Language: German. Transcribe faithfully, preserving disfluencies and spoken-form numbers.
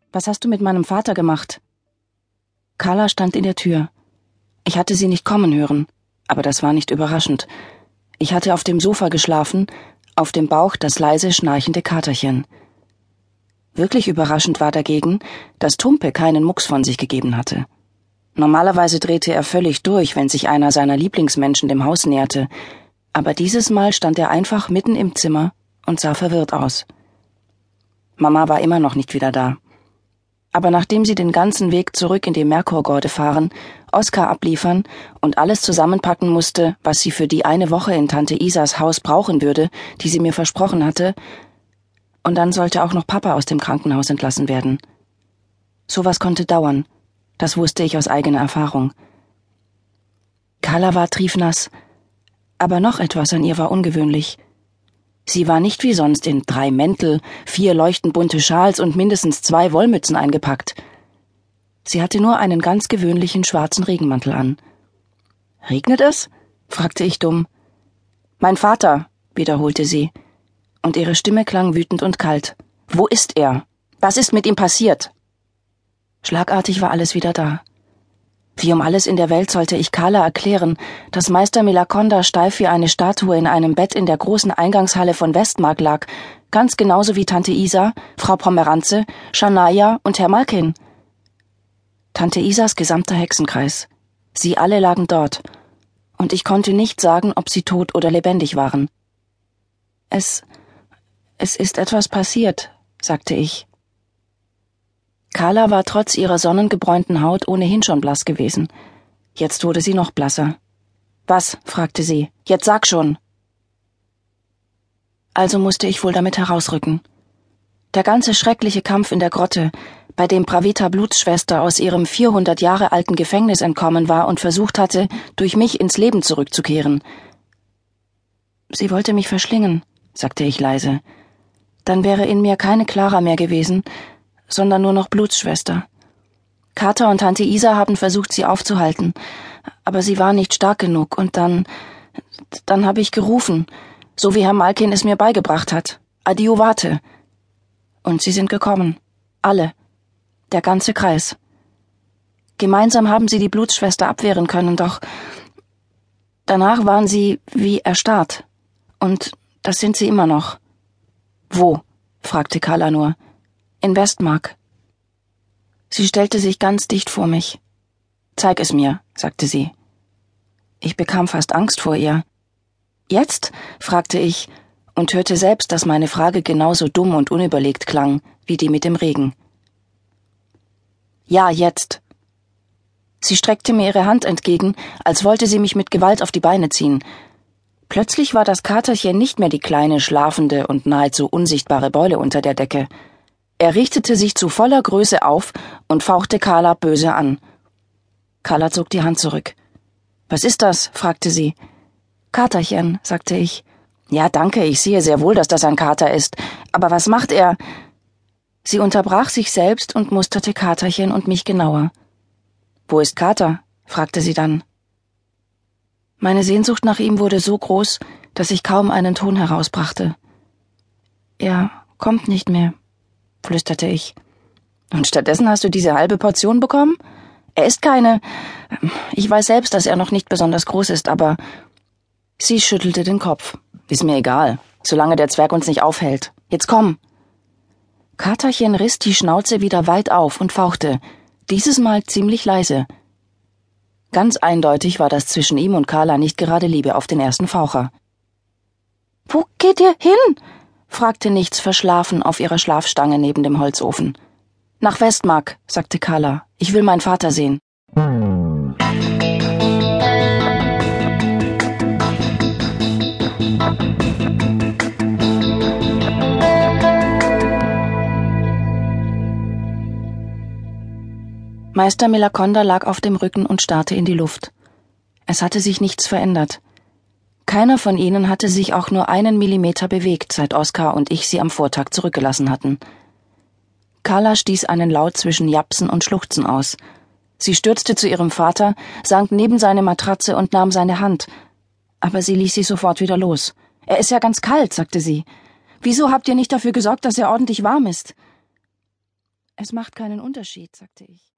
Was hast du mit meinem Vater gemacht?« Carla stand in der Tür. Ich hatte sie nicht kommen hören, aber das war nicht überraschend. Ich hatte auf dem Sofa geschlafen, auf dem Bauch das leise schnarchende Katerchen. Wirklich überraschend war dagegen, dass Tumpe keinen Mucks von sich gegeben hatte. Normalerweise drehte er völlig durch, wenn sich einer seiner Lieblingsmenschen dem Haus näherte, aber dieses Mal stand er einfach mitten im Zimmer und sah verwirrt aus. Mama war immer noch nicht wieder da. Aber nachdem sie den ganzen Weg zurück in die Merkurgorde fahren, Oskar abliefern und alles zusammenpacken musste, was sie für die eine Woche in Tante Isas Haus brauchen würde, die sie mir versprochen hatte, und dann sollte auch noch Papa aus dem Krankenhaus entlassen werden. Sowas konnte dauern, das wusste ich aus eigener Erfahrung. Carla war triefnass, aber noch etwas an ihr war ungewöhnlich. Sie war nicht wie sonst in drei Mäntel, vier leuchtend bunte Schals und mindestens zwei Wollmützen eingepackt. Sie hatte nur einen ganz gewöhnlichen schwarzen Regenmantel an. »Regnet es?« fragte ich dumm. »Mein Vater«, wiederholte sie, und ihre Stimme klang wütend und kalt. »Wo ist er? Was ist mit ihm passiert?« Schlagartig war alles wieder da. Wie um alles in der Welt sollte ich Carla erklären, dass Meister Melaconda steif wie eine Statue in einem Bett in der großen Eingangshalle von Westmark lag, ganz genauso wie Tante Isa, Frau Pomeranze, Shania und Herr Malkin. Tante Isas gesamter Hexenkreis. Sie alle lagen dort, und ich konnte nicht sagen, ob sie tot oder lebendig waren. Es, es ist etwas passiert, sagte ich. Carla war trotz ihrer sonnengebräunten Haut ohnehin schon blass gewesen. Jetzt wurde sie noch blasser. »Was?« fragte sie. »Jetzt sag schon!« Also musste ich wohl damit herausrücken. Der ganze schreckliche Kampf in der Grotte, bei dem Pravita Blutsschwester aus ihrem vierhundert Jahre alten Gefängnis entkommen war und versucht hatte, durch mich ins Leben zurückzukehren. »Sie wollte mich verschlingen«, sagte ich leise. »Dann wäre in mir keine Clara mehr gewesen, sondern nur noch Blutsschwester. Kater und Tante Isa haben versucht, sie aufzuhalten, aber sie war nicht stark genug, und dann, dann habe ich gerufen, so wie Herr Malkin es mir beigebracht hat. Adiuvate. Und sie sind gekommen. Alle. Der ganze Kreis. Gemeinsam haben sie die Blutsschwester abwehren können, doch danach waren sie wie erstarrt. Und das sind sie immer noch. »Wo?« fragte Carla nur. »In Westmark.« Sie stellte sich ganz dicht vor mich. »Zeig es mir«, sagte sie. Ich bekam fast Angst vor ihr. »Jetzt?« fragte ich und hörte selbst, dass meine Frage genauso dumm und unüberlegt klang wie die mit dem Regen. »Ja, jetzt.« Sie streckte mir ihre Hand entgegen, als wollte sie mich mit Gewalt auf die Beine ziehen. Plötzlich war das Katerchen nicht mehr die kleine, schlafende und nahezu unsichtbare Beule unter der Decke. Er richtete sich zu voller Größe auf und fauchte Carla böse an. Carla zog die Hand zurück. »Was ist das?« fragte sie. »Katerchen«, sagte ich. »Ja, danke, ich sehe sehr wohl, dass das ein Kater ist. Aber was macht er?« Sie unterbrach sich selbst und musterte Katerchen und mich genauer. »Wo ist Kater?« fragte sie dann. Meine Sehnsucht nach ihm wurde so groß, dass ich kaum einen Ton herausbrachte. »Er kommt nicht mehr«, flüsterte ich. »Und stattdessen hast du diese halbe Portion bekommen? Er ist keine... Ich weiß selbst, dass er noch nicht besonders groß ist, aber...« Sie schüttelte den Kopf. »Ist mir egal, solange der Zwerg uns nicht aufhält. Jetzt komm!« Katerchen riss die Schnauze wieder weit auf und fauchte, dieses Mal ziemlich leise. Ganz eindeutig war das zwischen ihm und Carla nicht gerade Liebe auf den ersten Faucher. »Wo geht ihr hin?« fragte Nichts verschlafen auf ihrer Schlafstange neben dem Holzofen. »Nach Westmark«, sagte Carla. »Ich will meinen Vater sehen.« Meister Melaconda lag auf dem Rücken und starrte in die Luft. Es hatte sich nichts verändert. Keiner von ihnen hatte sich auch nur einen Millimeter bewegt, seit Oskar und ich sie am Vortag zurückgelassen hatten. Carla stieß einen Laut zwischen Japsen und Schluchzen aus. Sie stürzte zu ihrem Vater, sank neben seine Matratze und nahm seine Hand. Aber sie ließ sich sofort wieder los. »Er ist ja ganz kalt«, sagte sie. »Wieso habt ihr nicht dafür gesorgt, dass er ordentlich warm ist?« Es macht keinen Unterschied, sagte ich.